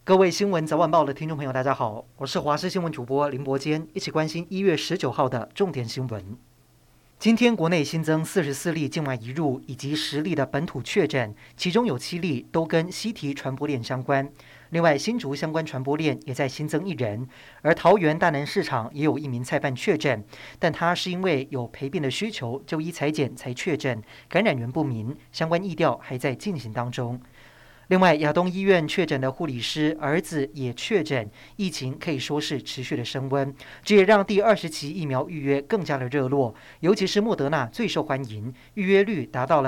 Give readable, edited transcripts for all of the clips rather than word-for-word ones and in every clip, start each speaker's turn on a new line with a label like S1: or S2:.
S1: 各位新闻早晚报的听众朋友，大家好，我是华视新闻主播林伯坚，一起关心1月19号的重点新闻。今天国内新增44例境外移入以及10例的本土确诊，其中有7例都跟西提传播链相关。另外，新竹相关传播链也在新增1人，而桃园大南市场也有1名菜贩确诊，但他是因为有陪病的需求，就医采检才确诊，感染源不明，相关疫调还在进行当中。另外，亚东医院确诊的护理师儿子也确诊，疫情可以说是持续的升温，这也让第20期疫苗预约更加的热络，尤其是莫德纳最受欢迎，预约率达到了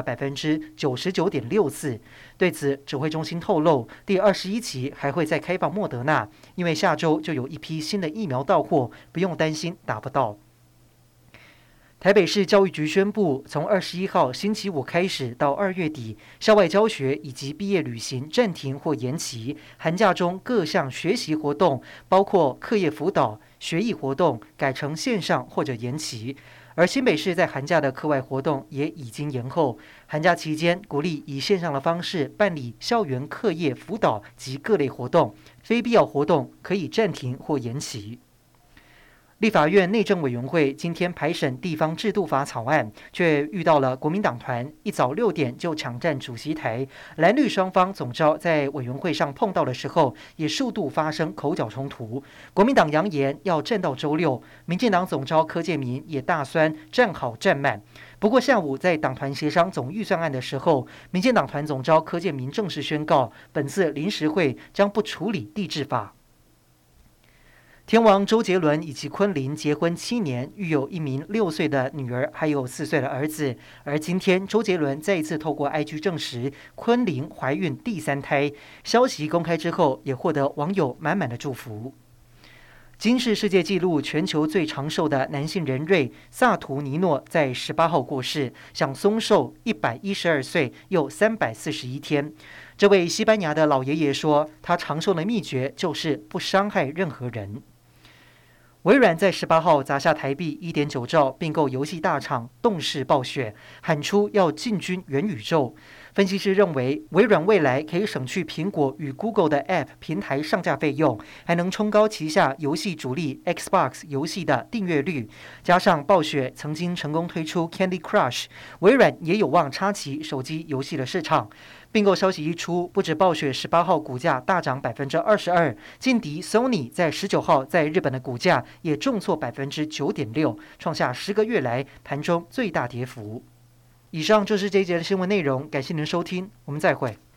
S1: 99.64%。对此，指挥中心透露，第21期还会再开放莫德纳，因为下周就有一批新的疫苗到货，不用担心打不到。台北市教育局宣布，从21号星期五开始到2月底，校外教学以及毕业旅行暂停或延期。寒假中各项学习活动，包括课业辅导、学艺活动，改成线上或者延期。而新北市在寒假的课外活动也已经延后。寒假期间，鼓励以线上的方式办理校园课业辅导及各类活动，非必要活动可以暂停或延期。立法院内政委员会今天排审地方制度法草案，却遇到了国民党团一早6点就抢占主席台，蓝绿双方总召在委员会上碰到的时候，也数度发生口角冲突。国民党扬言要站到周6，民进党总召柯建铭也大酸站好站满。不过下午在党团协商总预算案的时候，民进党团总召柯建铭正式宣告，本次临时会将不处理地制法。天王周杰伦以及昆凌结婚7年，育有1名6岁的女儿，还有4岁的儿子。而今天，周杰伦再一次透过 IG 证实昆凌怀孕第3胎，消息公开之后，也获得网友满满的祝福。金氏世界纪录全球最长寿的男性人瑞萨图尼诺在18号过世，享松寿112岁又341天。这位西班牙的老爷爷说，他长寿的秘诀就是不伤害任何人。微软在18号砸下台币1.9兆并购游戏大厂动视暴雪，喊出要进军元宇宙。分析师认为，微软未来可以省去苹果与 Google 的 App 平台上架费用，还能冲高旗下游戏主力 Xbox 游戏的订阅率。加上暴雪曾经成功推出 Candy Crush， 微软也有望插旗手机游戏的市场。并购消息一出，不止暴雪18号股价大涨22%，劲敌 Sony 在19号在日本的股价也重挫9.6%，创下10个月来盘中最大跌幅。以上就是这一节的新闻内容，感谢您的收听，我们再会。